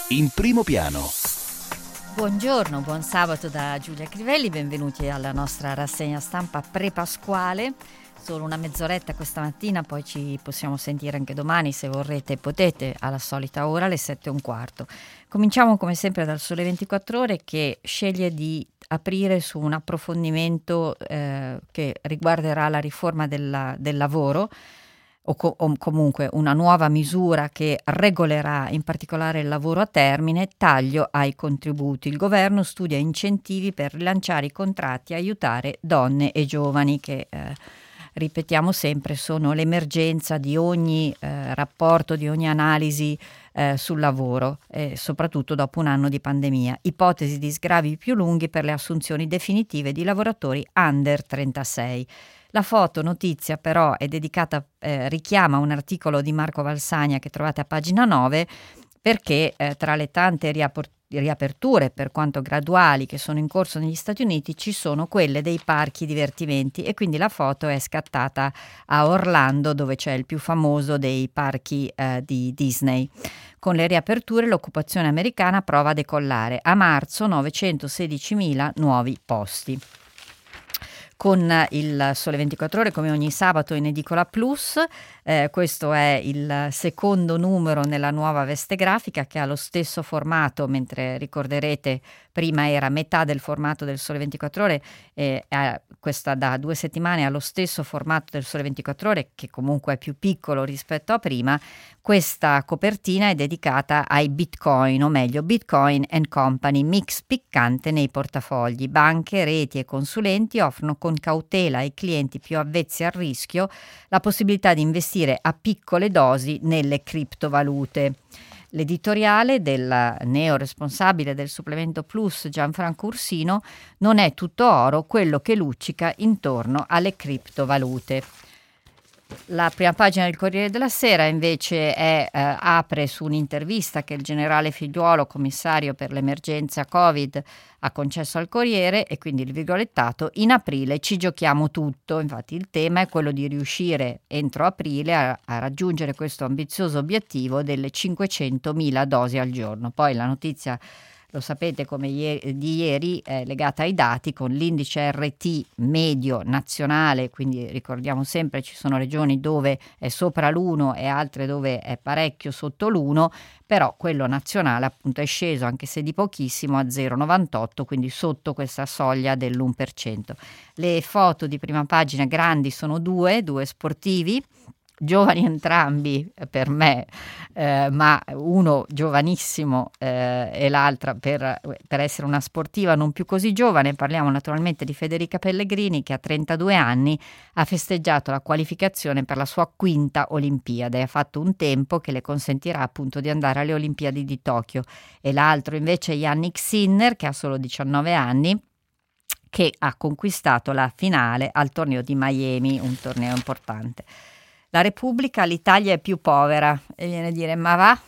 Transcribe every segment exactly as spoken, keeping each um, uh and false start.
In primo piano. Buongiorno, buon sabato da Giulia Crivelli, benvenuti alla nostra rassegna stampa pre-pasquale. Solo una mezz'oretta questa mattina, poi ci possiamo sentire anche domani se vorrete e potete, alla solita ora, alle sette e un quarto. Cominciamo come sempre dal Sole ventiquattro Ore, che sceglie di aprire su un approfondimento eh, che riguarderà la riforma della, del lavoro, o, co- o comunque una nuova misura che regolerà in particolare il lavoro a termine, taglio ai contributi. Il governo studia incentivi per rilanciare i contratti e aiutare donne e giovani che, eh, ripetiamo sempre, sono l'emergenza di ogni eh, rapporto, di ogni analisi eh, sul lavoro, eh, soprattutto dopo un anno di pandemia. Ipotesi di sgravi più lunghi per le assunzioni definitive di lavoratori under trentasei. La foto notizia però è dedicata, eh, richiama un articolo di Marco Valsagna che trovate a pagina nove, perché eh, tra le tante riapor- riaperture, per quanto graduali, che sono in corso negli Stati Uniti, ci sono quelle dei parchi divertimenti, e quindi la foto è scattata a Orlando, dove c'è il più famoso dei parchi eh, di Disney. Con le riaperture l'occupazione americana prova a decollare. A marzo novecentosedicimila nuovi posti. Con il Sole ventiquattro Ore, come ogni sabato, in edicola Plus. Eh, questo è il secondo numero nella nuova veste grafica, che ha lo stesso formato, mentre ricorderete prima era metà del formato del Sole ventiquattro Ore, eh, eh, questa da due settimane ha lo stesso formato del Sole ventiquattro Ore, che comunque è più piccolo rispetto a prima. Questa copertina è dedicata ai Bitcoin, o meglio Bitcoin and Company, mix piccante nei portafogli. Banche, reti e consulenti offrono con cautela ai clienti più avvezzi al rischio la possibilità di investire a piccole dosi nelle criptovalute. L'editoriale del neo responsabile del supplemento Plus, Gianfranco Ursino: non è tutto oro quello che luccica intorno alle criptovalute. La prima pagina del Corriere della Sera invece è, eh, apre su un'intervista che il generale Figliuolo, commissario per l'emergenza Covid, ha concesso al Corriere, e quindi il virgolettato: in aprile ci giochiamo tutto. Infatti il tema è quello di riuscire entro aprile a, a raggiungere questo ambizioso obiettivo delle cinquecentomila dosi al giorno. Poi la notizia, lo sapete, come ieri, di ieri, è legata ai dati, con l'indice R T medio nazionale, quindi ricordiamo sempre ci sono regioni dove è sopra l'uno e altre dove è parecchio sotto l'uno, però quello nazionale appunto è sceso, anche se di pochissimo, a zero virgola novantotto, quindi sotto questa soglia dell'uno per cento. Le foto di prima pagina grandi sono due, due sportivi, giovani entrambi per me, eh, ma uno giovanissimo eh, e l'altra per, per essere una sportiva non più così giovane. Parliamo naturalmente di Federica Pellegrini, che a trentadue anni ha festeggiato la qualificazione per la sua quinta Olimpiade. Ha fatto un tempo che le consentirà appunto di andare alle Olimpiadi di Tokyo. E l'altro invece è Yannick Sinner, che ha solo diciannove anni, che ha conquistato la finale al torneo di Miami, un torneo importante. La Repubblica: l'Italia è più povera, e viene a dire ma va?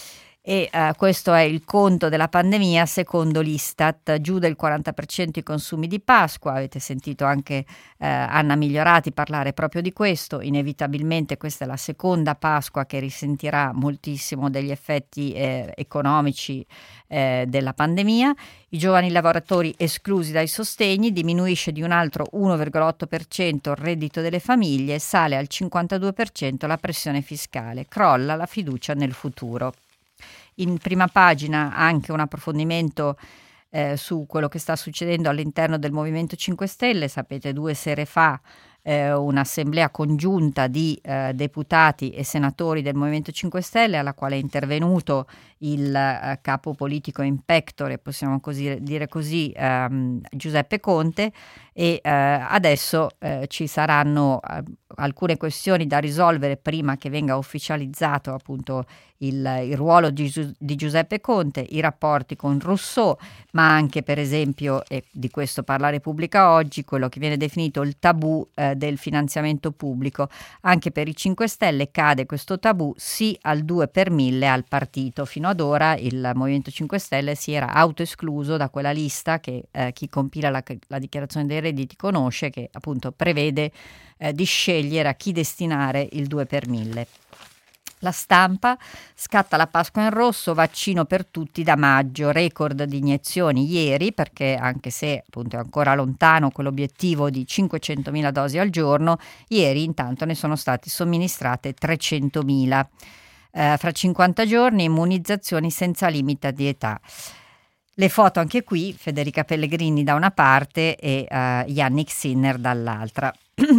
E uh, questo è il conto della pandemia secondo l'Istat: giù del quaranta per cento i consumi di Pasqua. Avete sentito anche uh, Anna Migliorati parlare proprio di questo. Inevitabilmente questa è la seconda Pasqua che risentirà moltissimo degli effetti eh, economici eh, della pandemia. I giovani lavoratori esclusi dai sostegni: diminuisce di un altro uno virgola otto per cento il reddito delle famiglie, sale al cinquantadue per cento la pressione fiscale, crolla la fiducia nel futuro. In prima pagina anche un approfondimento eh, su quello che sta succedendo all'interno del Movimento cinque Stelle. Sapete, due sere fa eh, un'assemblea congiunta di eh, deputati e senatori del Movimento cinque Stelle, alla quale è intervenuto il eh, capo politico in pectore, possiamo così dire così, ehm, Giuseppe Conte, e eh, adesso eh, ci saranno eh, alcune questioni da risolvere prima che venga ufficializzato appunto il, il ruolo di, di Giuseppe Conte, i rapporti con Rousseau, ma anche per esempio, e di questo parla Repubblica oggi, quello che viene definito il tabù eh, del finanziamento pubblico. Anche per i cinque Stelle cade questo tabù, sì al due per mille al partito. Fino ad ora il Movimento cinque Stelle si era autoescluso da quella lista che eh, chi compila la, la dichiarazione dei redditi conosce, che appunto prevede eh, di scegliere a chi destinare il due per mille. La Stampa, scatta la Pasqua in rosso, vaccino per tutti da maggio, record di iniezioni ieri, perché anche se appunto è ancora lontano quell'obiettivo di cinquecentomila dosi al giorno, ieri intanto ne sono state somministrate trecentomila. Eh, fra cinquanta giorni immunizzazioni senza limite di età. Le foto anche qui, Federica Pellegrini da una parte e uh, Yannick Sinner dall'altra.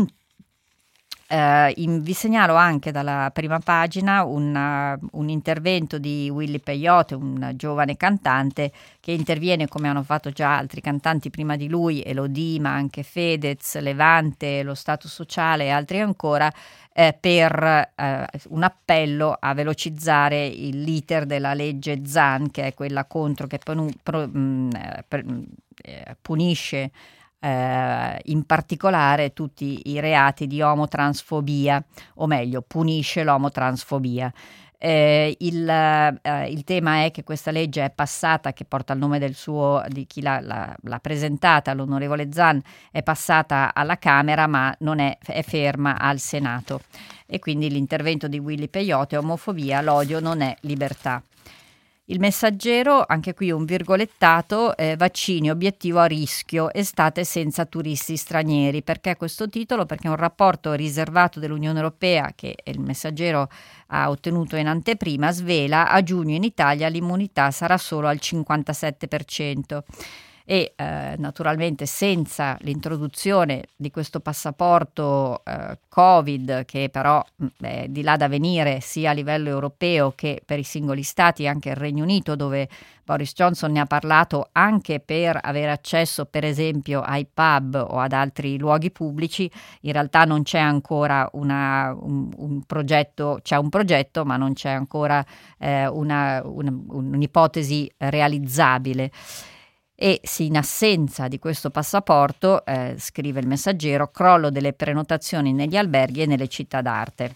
Uh, in, vi segnalo anche dalla prima pagina una, un intervento di Willy Peyote, un giovane cantante che interviene, come hanno fatto già altri cantanti prima di lui, Elodie, ma anche Fedez, Levante, Lo Stato Sociale e altri ancora, eh, per eh, un appello a velocizzare il l'iter della legge Zan, che è quella contro che ponu- pro, mh, per, eh, punisce Eh, in particolare tutti i reati di omotransfobia, o meglio punisce l'omotransfobia. Eh, il, eh, il tema è che questa legge è passata, che porta il nome del suo, di chi l'ha, l'ha, l'ha presentata, l'onorevole Zan, è passata alla Camera ma non è, è ferma al Senato, e quindi l'intervento di Willy Peyote: omofobia, l'odio non è libertà. Il Messaggero, anche qui un virgolettato, eh, vaccini, obiettivo a rischio, estate senza turisti stranieri. Perché questo titolo? Perché un rapporto riservato dell'Unione Europea, che il Messaggero ha ottenuto in anteprima, svela: a giugno in Italia l'immunità sarà solo al cinquantasette per cento. E eh, naturalmente senza l'introduzione di questo passaporto eh, Covid, che però è di là da venire sia a livello europeo che per i singoli stati, anche il Regno Unito, dove Boris Johnson ne ha parlato, anche per avere accesso per esempio ai pub o ad altri luoghi pubblici, in realtà non c'è ancora una, un, un progetto, c'è un progetto ma non c'è ancora eh, una, una, un'ipotesi realizzabile. E sì, in assenza di questo passaporto, eh, scrive il Messaggero, crollo delle prenotazioni negli alberghi e nelle città d'arte.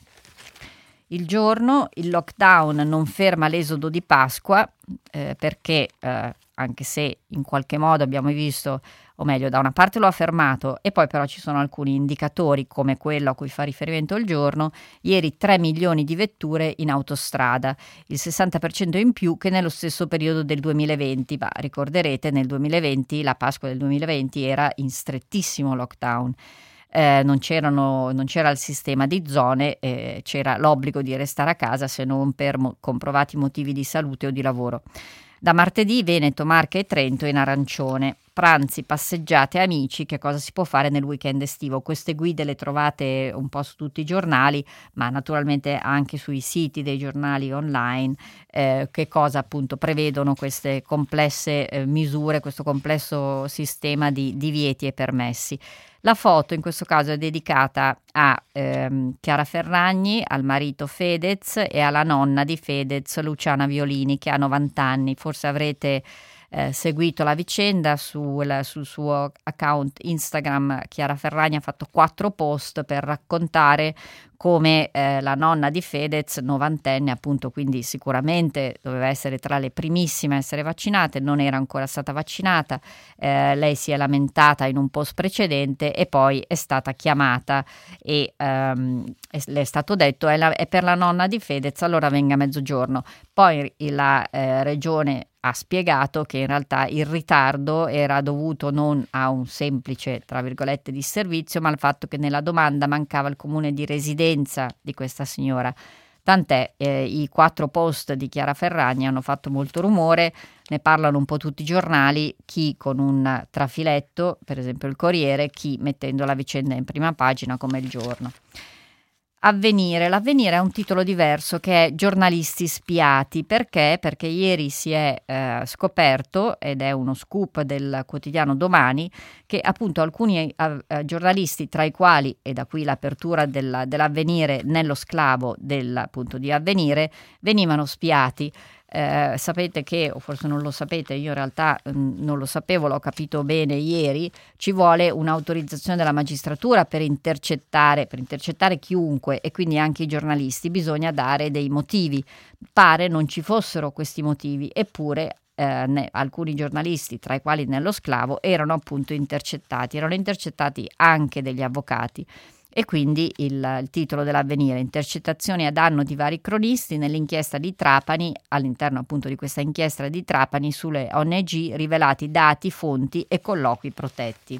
Il Giorno, il lockdown non ferma l'esodo di Pasqua, eh, perché eh, anche se in qualche modo abbiamo visto, o meglio, da una parte lo ha fermato e poi però ci sono alcuni indicatori come quello a cui fa riferimento il Giorno. Ieri tre milioni di vetture in autostrada, il sessanta per cento in più che nello stesso periodo del duemilaventi. Ma ricorderete, nel duemilaventi, la Pasqua del duemilaventi era in strettissimo lockdown. Eh, non, c'erano, non c'era il sistema di zone, eh, c'era l'obbligo di restare a casa se non per mo- comprovati motivi di salute o di lavoro. Da martedì Veneto, Marche e Trento in arancione. Pranzi, passeggiate, amici, che cosa si può fare nel weekend estivo? Queste guide le trovate un po' su tutti i giornali, ma naturalmente anche sui siti dei giornali online, eh, che cosa appunto prevedono queste complesse eh, misure, questo complesso sistema di divieti e permessi. La foto in questo caso è dedicata a ehm, Chiara Ferragni, al marito Fedez e alla nonna di Fedez, Luciana Violini, che ha novanta anni. Forse avrete eh, seguito la vicenda sul, sul suo account Instagram. Chiara Ferragni ha fatto quattro post per raccontare come eh, la nonna di Fedez, novantenne appunto, quindi sicuramente doveva essere tra le primissime a essere vaccinate, non era ancora stata vaccinata, eh, lei si è lamentata in un post precedente e poi è stata chiamata e um, le è stato detto è, la, è per la nonna di Fedez, allora venga a mezzogiorno. Poi la eh, regione ha spiegato che in realtà il ritardo era dovuto non a un semplice, tra virgolette, disservizio, ma al fatto che nella domanda mancava il comune di residenza di questa signora. Tant'è, eh, i quattro post di Chiara Ferragni hanno fatto molto rumore, ne parlano un po' tutti i giornali, chi con un trafiletto, per esempio il Corriere, chi mettendo la vicenda in prima pagina come il Giorno. Avvenire. L'Avvenire è un titolo diverso, che è giornalisti spiati. Perché? Perché ieri si è eh, scoperto, ed è uno scoop del quotidiano Domani, che appunto alcuni eh, giornalisti, tra i quali, e da qui l'apertura della, dell'Avvenire nello sclavo del, appunto, di Avvenire, venivano spiati. Eh, sapete che, o forse non lo sapete, io in realtà mh, non lo sapevo, l'ho capito bene ieri, ci vuole un'autorizzazione della magistratura per intercettare, per intercettare chiunque e quindi anche i giornalisti, bisogna dare dei motivi. Pare non ci fossero questi motivi, eppure eh, ne, alcuni giornalisti, tra i quali nello sclavo, erano appunto intercettati, erano intercettati anche degli avvocati. E quindi il, il titolo dell'Avvenire: intercettazioni a danno di vari cronisti nell'inchiesta di Trapani, all'interno appunto di questa inchiesta di Trapani sulle O N G, rivelati dati, fonti e colloqui protetti.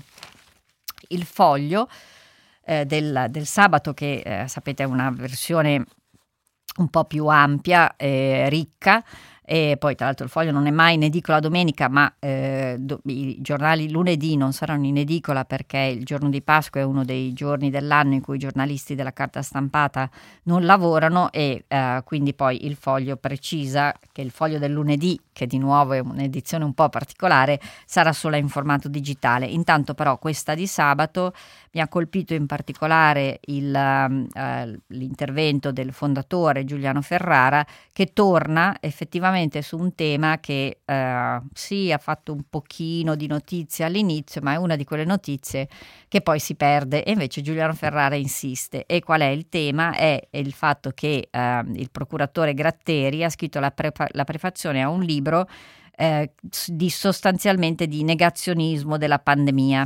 Il Foglio eh, del, del sabato, che eh, sapete è una versione un po' più ampia e ricca, e poi tra l'altro il Foglio non è mai in edicola domenica, ma eh, do, i giornali lunedì non saranno in edicola perché il giorno di Pasqua è uno dei giorni dell'anno in cui i giornalisti della carta stampata non lavorano, e eh, quindi poi il Foglio precisa che il Foglio del lunedì, che di nuovo è un'edizione un po' particolare, sarà solo in formato digitale. Intanto però questa di sabato mi ha colpito in particolare il, uh, l'intervento del fondatore Giuliano Ferrara, che torna effettivamente su un tema che uh, sì, ha fatto un pochino di notizia all'inizio, ma è una di quelle notizie che poi si perde, e invece Giuliano Ferrara insiste. E qual è il tema? È, è il fatto che uh, il procuratore Gratteri ha scritto la, pre- la prefazione a un libro eh, di sostanzialmente di negazionismo della pandemia.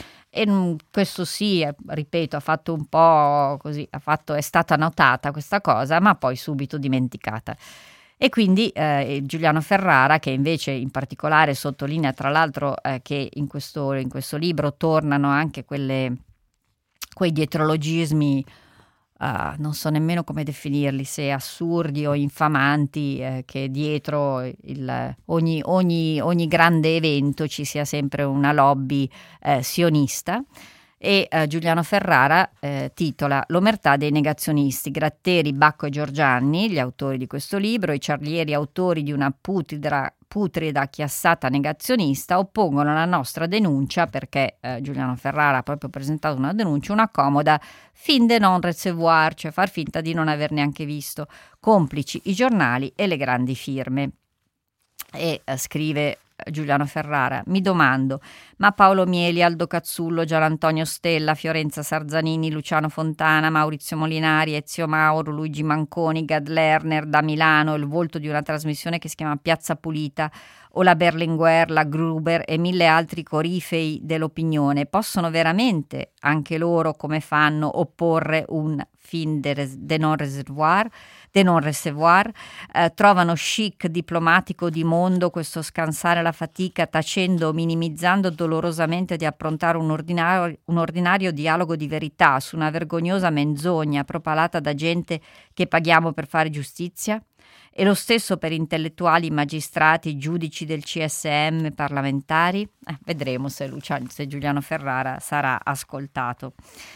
E questo sì, ripeto, ha fatto un po' così, ha fatto, è stata notata questa cosa, ma poi subito dimenticata. E quindi eh, Giuliano Ferrara, che invece in particolare sottolinea tra l'altro eh, che in questo, in questo libro tornano anche quelle, quei dietrologismi, uh, non so nemmeno come definirli, se assurdi o infamanti, eh, che dietro il, ogni, ogni, ogni grande evento ci sia sempre una lobby eh, sionista. E eh, Giuliano Ferrara eh, titola L'omertà dei negazionisti, Gratteri, Bacco e Giorgianni, gli autori di questo libro, i ciarlieri autori di una putrida, putrida chiassata negazionista, oppongono alla nostra denuncia, perché eh, Giuliano Ferrara ha proprio presentato una denuncia, una comoda fin de non recevoir, cioè far finta di non aver neanche visto, complici i giornali e le grandi firme. E eh, scrive Giuliano Ferrara: mi domando, ma Paolo Mieli, Aldo Cazzullo, Gianantonio Stella, Fiorenza Sarzanini, Luciano Fontana, Maurizio Molinari, Ezio Mauro, Luigi Manconi, Gad Lerner da Milano, il volto di una trasmissione che si chiama Piazza Pulita, o la Berlinguer, la Gruber e mille altri corifei dell'opinione, possono veramente anche loro, come fanno, opporre un fin de, res- de non recevoir, de non recevoir, eh, trovano chic diplomatico di mondo questo scansare la fatica, tacendo o minimizzando dolorosamente di approntare un ordinario, un ordinario dialogo di verità su una vergognosa menzogna propalata da gente che paghiamo per fare giustizia? E lo stesso per intellettuali, magistrati, giudici del C S M, parlamentari? Eh, vedremo se, Luciano, se Giuliano Ferrara sarà ascoltato.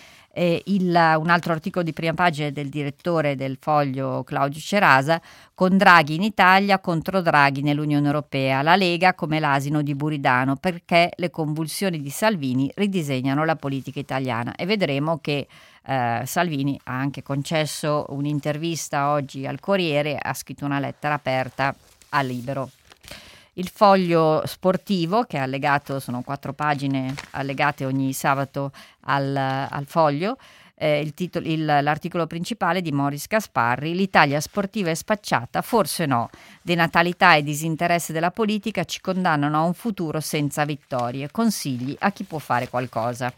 Eh, il, un altro articolo di prima pagina del direttore del Foglio Claudio Cerasa: con Draghi in Italia contro Draghi nell'Unione Europea, la Lega come l'asino di Buridano, perché le convulsioni di Salvini ridisegnano la politica italiana. E vedremo che eh, Salvini ha anche concesso un'intervista oggi al Corriere, ha scritto una lettera aperta a Libero. Il Foglio Sportivo, che è allegato, sono quattro pagine allegate ogni sabato al, al Foglio, eh, il titolo, il, l'articolo principale di Moris Gasparri: l'Italia sportiva è spacciata, forse no, denatalità e disinteresse della politica ci condannano a un futuro senza vittorie, consigli a chi può fare qualcosa.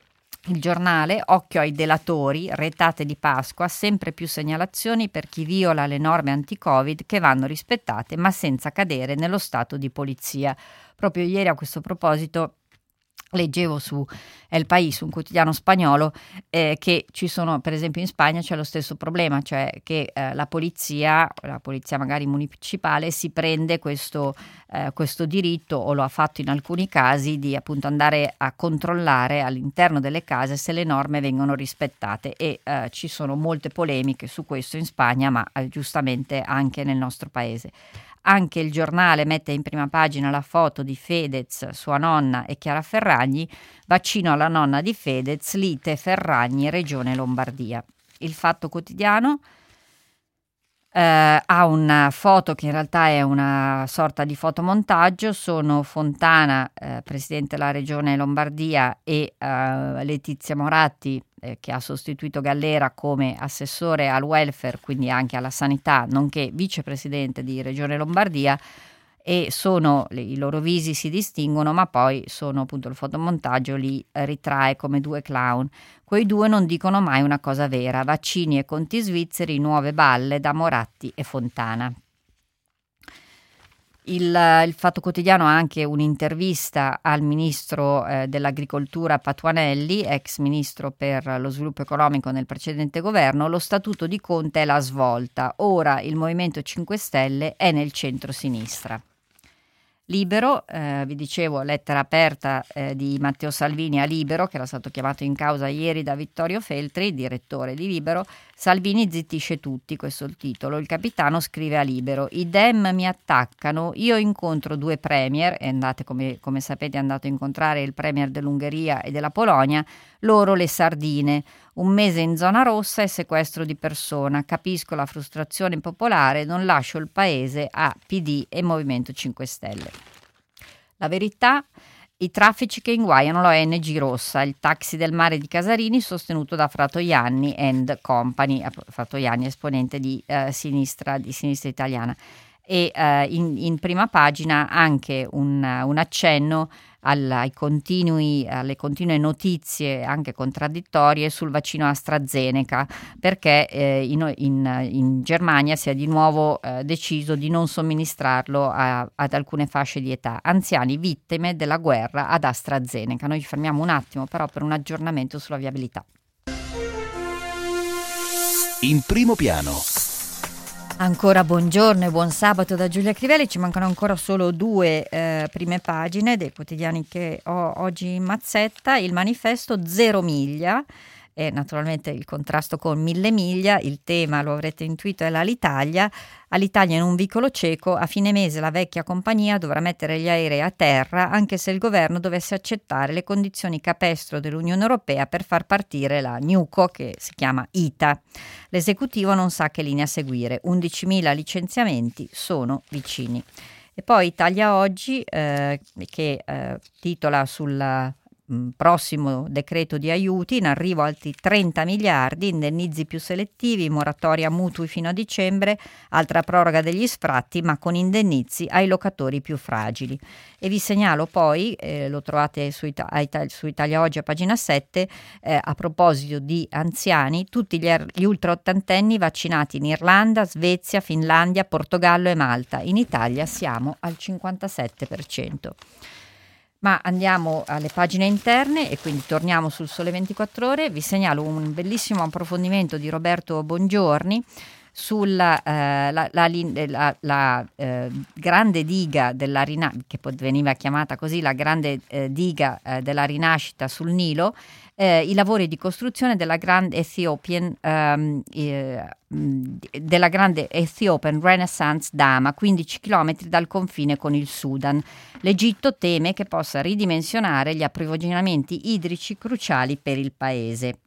Il Giornale: occhio ai delatori, retate di Pasqua, sempre più segnalazioni per chi viola le norme anti-Covid che vanno rispettate ma senza cadere nello stato di polizia. Proprio ieri a questo proposito leggevo su El País, un quotidiano spagnolo, eh, che ci sono, per esempio in Spagna c'è lo stesso problema, cioè che eh, la polizia, la polizia magari municipale, si prende questo, eh, questo diritto, o lo ha fatto in alcuni casi, di appunto andare a controllare all'interno delle case se le norme vengono rispettate, e eh, ci sono molte polemiche su questo in Spagna, ma eh, giustamente anche nel nostro paese. Anche il Giornale mette in prima pagina la foto di Fedez, sua nonna e Chiara Ferragni: vaccino alla nonna di Fedez, lite Ferragni, Regione Lombardia. Il Fatto Quotidiano eh, ha una foto che in realtà è una sorta di fotomontaggio, sono Fontana, eh, presidente della Regione Lombardia, e eh, Letizia Moratti, eh, che ha sostituito Gallera come assessore al welfare, quindi anche alla sanità, nonché vicepresidente di Regione Lombardia, e sono, i loro visi si distinguono, ma poi sono appunto il fotomontaggio li ritrae come due clown. Quei due non dicono mai una cosa vera: vaccini e conti svizzeri, nuove balle da Moratti e Fontana. Il, il Fatto Quotidiano ha anche un'intervista al ministro eh, dell'agricoltura Patuanelli, ex ministro per lo sviluppo economico nel precedente governo. Lo statuto di Conte è la svolta, ora il Movimento cinque Stelle è nel centro-sinistra. Libero, eh, vi dicevo, lettera aperta eh, di Matteo Salvini a Libero, che era stato chiamato in causa ieri da Vittorio Feltri, direttore di Libero. Salvini zittisce tutti, questo è il titolo. Il capitano scrive a Libero: i Dem mi attaccano, io incontro due premier, e andate, come, come sapete è andato a incontrare il premier dell'Ungheria e della Polonia, loro le sardine, un mese in zona rossa e sequestro di persona, capisco la frustrazione popolare, non lascio il paese a P D e Movimento cinque Stelle. La Verità: i traffici che inguaiano l'O N G rossa, il taxi del mare di Casarini sostenuto da Fratoianni and Company, Fratoianni esponente di, eh, sinistra, di sinistra italiana. E eh, in, in prima pagina anche un, un accenno alla, ai continui, alle continue notizie anche contraddittorie sul vaccino AstraZeneca, perché eh, in, in, in Germania si è di nuovo eh, deciso di non somministrarlo a, ad alcune fasce di età, anziani vittime della guerra ad AstraZeneca. Noi ci fermiamo un attimo però per un aggiornamento sulla viabilità. In primo piano. Ancora buongiorno e buon sabato da Giulia Crivelli. Ci mancano ancora solo due eh, prime pagine dei quotidiani che ho oggi in mazzetta. Il Manifesto, zero miglia, e naturalmente il contrasto con mille miglia. Il tema, lo avrete intuito, è l'Alitalia. All'Italia in un vicolo cieco, a fine mese la vecchia compagnia dovrà mettere gli aerei a terra anche se il governo dovesse accettare le condizioni capestro dell'Unione Europea per far partire la Newco, che si chiama I T A. L'esecutivo non sa che linea seguire, undicimila licenziamenti sono vicini. E poi Italia Oggi eh, che eh, titola sul prossimo decreto di aiuti, in arrivo altri trenta miliardi, indennizi più selettivi, moratoria mutui fino a dicembre, altra proroga degli sfratti ma con indennizi ai locatori più fragili. E vi segnalo poi, eh, lo trovate su, Ita- su Italia Oggi a pagina sette, eh, a proposito di anziani, tutti gli, gli ultra ottantenni vaccinati in Irlanda, Svezia, Finlandia, Portogallo e Malta. In Italia siamo al cinquantasette per cento. Ma andiamo alle pagine interne e quindi torniamo sul Sole ventiquattro Ore. Vi segnalo un bellissimo approfondimento di Roberto Bongiorni sulla eh, la, la, la, la eh, grande diga della rinascita, che veniva chiamata così la grande eh, diga eh, della rinascita sul Nilo, eh, i lavori di costruzione della Grand Ethiopian ehm, eh, della grande Ethiopian Renaissance Dam a quindici chilometri dal confine con il Sudan. L'Egitto teme che possa ridimensionare gli approvvigionamenti idrici cruciali per il paese.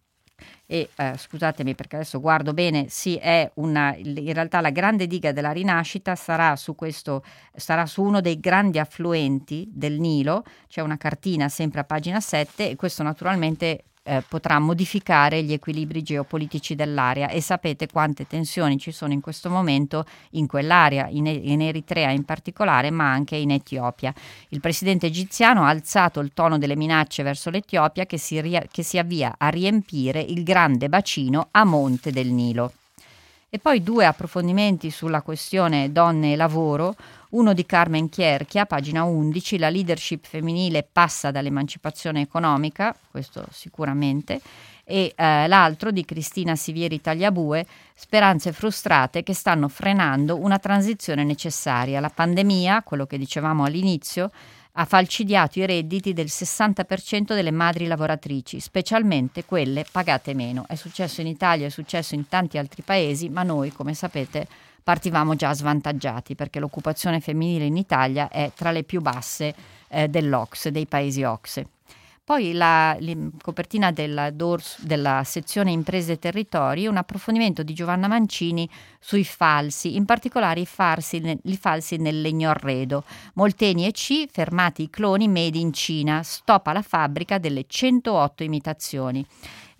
E eh, scusatemi perché adesso guardo bene, sì, è una, in realtà la grande diga della rinascita sarà su questo, sarà su uno dei grandi affluenti del Nilo. C'è una cartina sempre a pagina sette e questo naturalmente eh, potrà modificare gli equilibri geopolitici dell'area, e sapete quante tensioni ci sono in questo momento in quell'area, in, in Eritrea in particolare, ma anche in Etiopia. Il presidente egiziano ha alzato il tono delle minacce verso l'Etiopia, che si, ria- che si avvia a riempire il grande bacino a monte del Nilo. E poi due approfondimenti sulla questione donne e lavoro, uno di Carmen Chierchia, pagina undici, la leadership femminile passa dall'emancipazione economica, questo sicuramente, e eh, l'altro di Cristina Sivieri Tagliabue, speranze frustrate che stanno frenando una transizione necessaria. La pandemia, quello che dicevamo all'inizio, ha falcidiato i redditi del sessanta per cento delle madri lavoratrici, specialmente quelle pagate meno. È successo in Italia, è successo in tanti altri paesi, ma noi, come sapete, partivamo già svantaggiati perché l'occupazione femminile in Italia è tra le più basse eh, dell'O C S E, dei paesi O C S E. Poi la, la copertina della, della sezione Imprese e Territori, un approfondimento di Giovanna Mancini sui falsi, in particolare i falsi, i falsi nel legno arredo. Molteni e C, fermati i cloni made in Cina, stop alla fabbrica delle centootto imitazioni.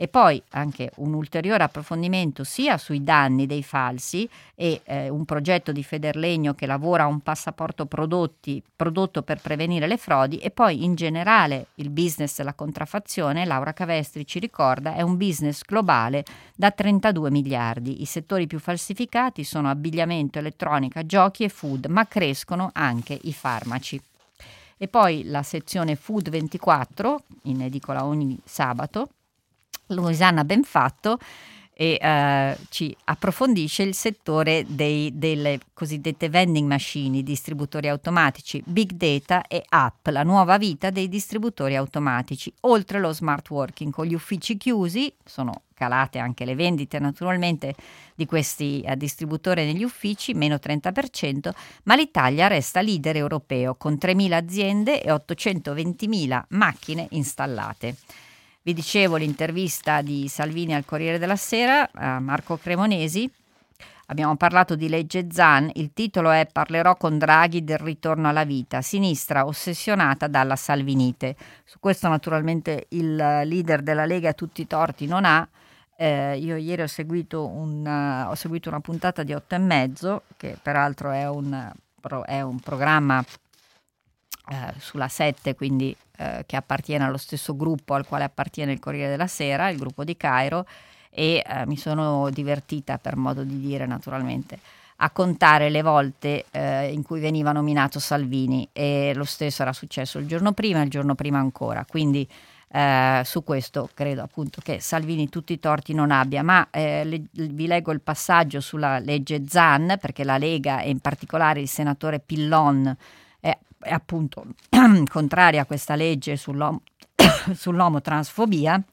E poi anche un ulteriore approfondimento sia sui danni dei falsi e eh, un progetto di Federlegno che lavora a un passaporto prodotti, prodotto per prevenire le frodi, e poi in generale il business della contraffazione, Laura Cavestri ci ricorda, è un business globale da trentadue miliardi. I settori più falsificati sono abbigliamento, elettronica, giochi e food, ma crescono anche i farmaci. E poi la sezione Food ventiquattro, in edicola ogni sabato, Luisanna Benfatto, e eh, ci approfondisce il settore dei, delle cosiddette vending machine, i distributori automatici, big data e app, la nuova vita dei distributori automatici, oltre lo smart working. Con gli uffici chiusi sono calate anche le vendite naturalmente di questi eh, distributori negli uffici, meno trenta per cento, ma l'Italia resta leader europeo con tremila aziende e ottocentoventimila macchine installate. Vi dicevo l'intervista di Salvini al Corriere della Sera a Marco Cremonesi. Abbiamo parlato di legge Zan, il titolo è "Parlerò con Draghi del ritorno alla vita, sinistra ossessionata dalla salvinite". Su questo naturalmente il leader della Lega tutti i torti non ha. Eh, io ieri ho seguito, un, uh, ho seguito una puntata di Otto e Mezzo, che peraltro è un, pro, è un programma eh, sulla sette, quindi eh, che appartiene allo stesso gruppo al quale appartiene il Corriere della Sera, il gruppo di Cairo, e eh, mi sono divertita, per modo di dire naturalmente, a contare le volte eh, in cui veniva nominato Salvini, e lo stesso era successo il giorno prima e il giorno prima ancora, quindi eh, su questo credo appunto che Salvini tutti i torti non abbia, ma eh, le, vi leggo il passaggio sulla legge Zan, perché la Lega e in particolare il senatore Pillon è, è appunto contraria a questa legge sull'om- sull'omotransfobia.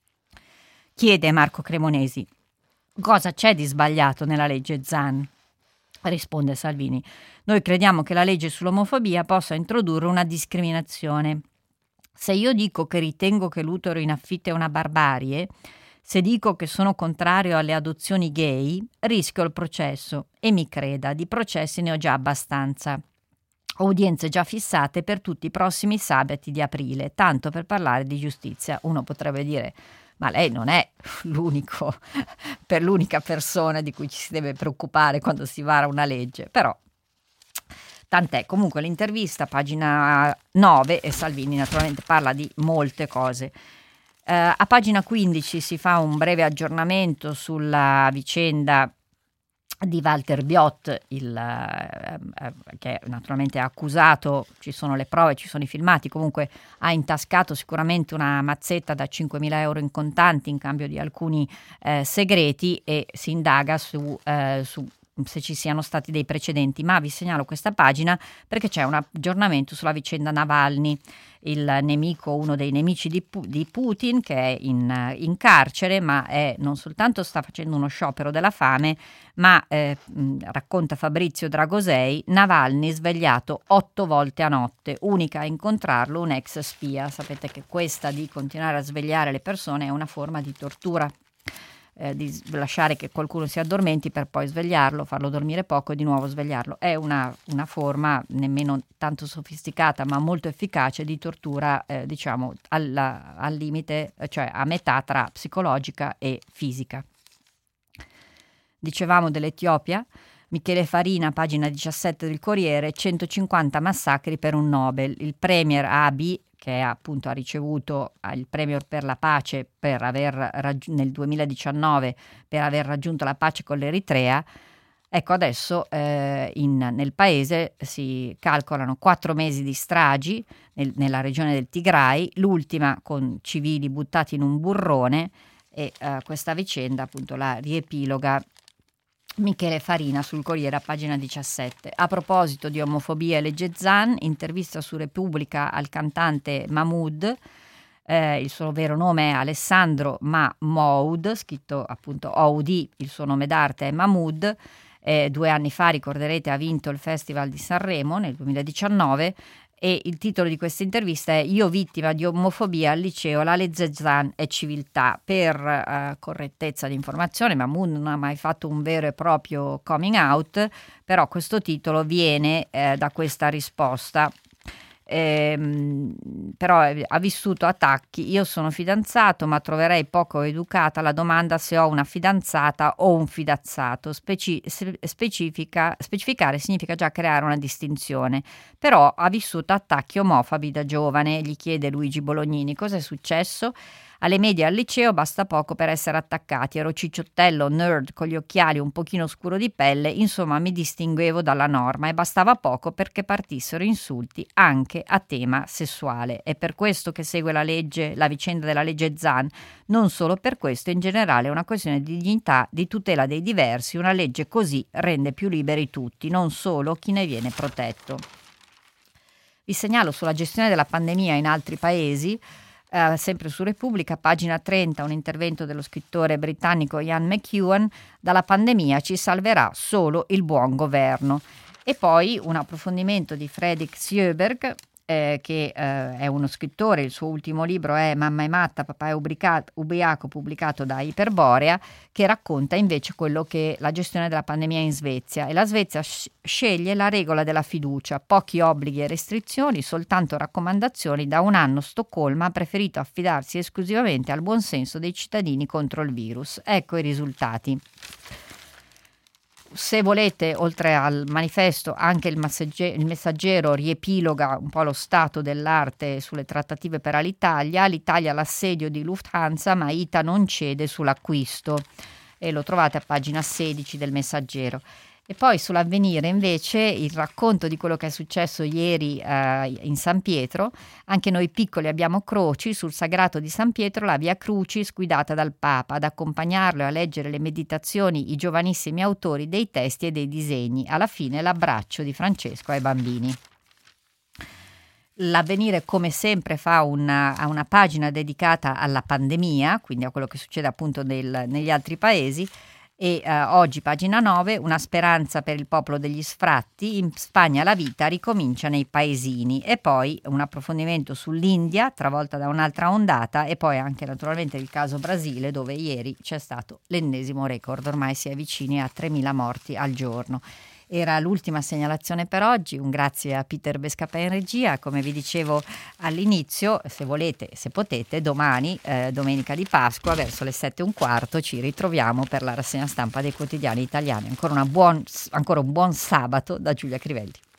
Chiede Marco Cremonesi: cosa c'è di sbagliato nella legge Zan? Risponde Salvini: noi crediamo che la legge sull'omofobia possa introdurre una discriminazione. Se io dico che ritengo che l'utero in affitto è una barbarie, se dico che sono contrario alle adozioni gay, rischio il processo, e mi creda, di processi ne ho già abbastanza. Udienze già fissate per tutti i prossimi sabati di aprile, tanto per parlare di giustizia. Uno potrebbe dire: ma lei non è l'unico, per l'unica persona di cui ci si deve preoccupare quando si vara una legge, però tant'è. Comunque l'intervista, pagina nove, e Salvini naturalmente parla di molte cose. Eh, a pagina quindici si fa un breve aggiornamento sulla vicenda di Walter Biot, il, eh, eh, che naturalmente è accusato, ci sono le prove, ci sono i filmati, comunque ha intascato sicuramente una mazzetta da cinquemila euro in contanti in cambio di alcuni eh, segreti, e si indaga su, eh, su se ci siano stati dei precedenti. Ma vi segnalo questa pagina perché c'è un aggiornamento sulla vicenda Navalny, il nemico, uno dei nemici di, di Putin, che è in, in carcere, ma è, non soltanto sta facendo uno sciopero della fame, ma eh, racconta Fabrizio Dragosei, Navalny svegliato otto volte a notte, unica a incontrarlo un ex spia. Sapete che questa di continuare a svegliare le persone è una forma di tortura. Eh, di lasciare che qualcuno si addormenti per poi svegliarlo, farlo dormire poco e di nuovo svegliarlo. È una, una forma nemmeno tanto sofisticata ma molto efficace di tortura, eh, diciamo alla, al limite, cioè a metà tra psicologica e fisica. Dicevamo dell'Etiopia, Michele Farina, pagina diciassette del Corriere, centocinquanta massacri per un Nobel. Il premier Abiy, che appunto ha ricevuto il premio per la pace per aver raggi- nel duemiladiciannove per aver raggiunto la pace con l'Eritrea. Ecco, adesso eh, in, nel paese si calcolano quattro mesi di stragi nel, nella regione del Tigray, l'ultima con civili buttati in un burrone, e eh, questa vicenda appunto la riepiloga Michele Farina sul Corriere a pagina diciassette. A proposito di omofobia e legge Zan, intervista su Repubblica al cantante Mahmood, eh, il suo vero nome è Alessandro Mahmoud, scritto appunto Oudi, il suo nome d'arte è Mahmood. Eh, due anni fa, ricorderete, ha vinto il Festival di Sanremo nel duemiladiciannove, e il titolo di questa intervista è "Io vittima di omofobia al liceo, la legge Zan è civiltà". Per uh, correttezza di informazione, Mahmood non ha mai fatto un vero e proprio coming out, però questo titolo viene eh, da questa risposta. ehm, però eh, ha vissuto attacchi. Io sono fidanzato, ma troverei poco educata la domanda se ho una fidanzata o un fidanzato. Speci- specifica, specificare significa già creare una distinzione. Però ha vissuto attacchi omofobi da giovane, gli chiede Luigi Bolognini. Cosa è successo? Alle medie e al liceo basta poco per essere attaccati. Ero cicciottello, nerd, con gli occhiali un pochino scuro di pelle, insomma mi distinguevo dalla norma e bastava poco perché partissero insulti anche a tema sessuale. È per questo che segue la legge, la vicenda della legge Zan, non solo per questo, in generale è una questione di dignità, di tutela dei diversi. Una legge così rende più liberi tutti, non solo chi ne viene protetto. Vi segnalo sulla gestione della pandemia in altri paesi. Uh, sempre su Repubblica, pagina trenta, un intervento dello scrittore britannico Ian McEwan: dalla pandemia ci salverà solo il buon governo. E poi un approfondimento di Fredrik Sjöberg, eh, che eh, è uno scrittore. Il suo ultimo libro è Mamma è matta, papà è ubriaco, ubriaco, pubblicato da Iperborea, che racconta invece quello che la gestione della pandemia in Svezia. E la Svezia sc- sceglie la regola della fiducia: pochi obblighi e restrizioni, soltanto raccomandazioni. Da un anno Stoccolma ha preferito affidarsi esclusivamente al buonsenso dei cittadini contro il virus. Ecco i risultati. Se volete, oltre al manifesto, anche il, massagge- il Messaggero riepiloga un po' lo stato dell'arte sulle trattative per Alitalia. L'Italia all'assedio di Lufthansa, ma I T A non cede sull'acquisto, e lo trovate a pagina sedici del Messaggero. E poi sull'Avvenire invece il racconto di quello che è successo ieri eh, in San Pietro. Anche noi piccoli abbiamo croci. Sul sagrato di San Pietro la Via Crucis guidata dal Papa. Ad accompagnarlo e a leggere le meditazioni i giovanissimi autori dei testi e dei disegni. Alla fine l'abbraccio di Francesco ai bambini. L'Avvenire, come sempre, fa una, ha una pagina dedicata alla pandemia, quindi a quello che succede appunto nel, negli altri paesi. E eh, oggi, pagina nove, una speranza per il popolo degli sfratti. In Spagna la vita ricomincia nei paesini. E poi un approfondimento sull'India, travolta da un'altra ondata, e poi anche naturalmente il caso Brasile, dove ieri c'è stato l'ennesimo record. Ormai si è vicini a tremila morti al giorno. Era l'ultima segnalazione per oggi. Un grazie a Peter Bescapà in regia. Come vi dicevo all'inizio, se volete, se potete, domani, eh, domenica di Pasqua, verso le sette e un quarto, ci ritroviamo per la rassegna stampa dei quotidiani italiani. Ancora, una buon, ancora un buon sabato da Giulia Crivelli.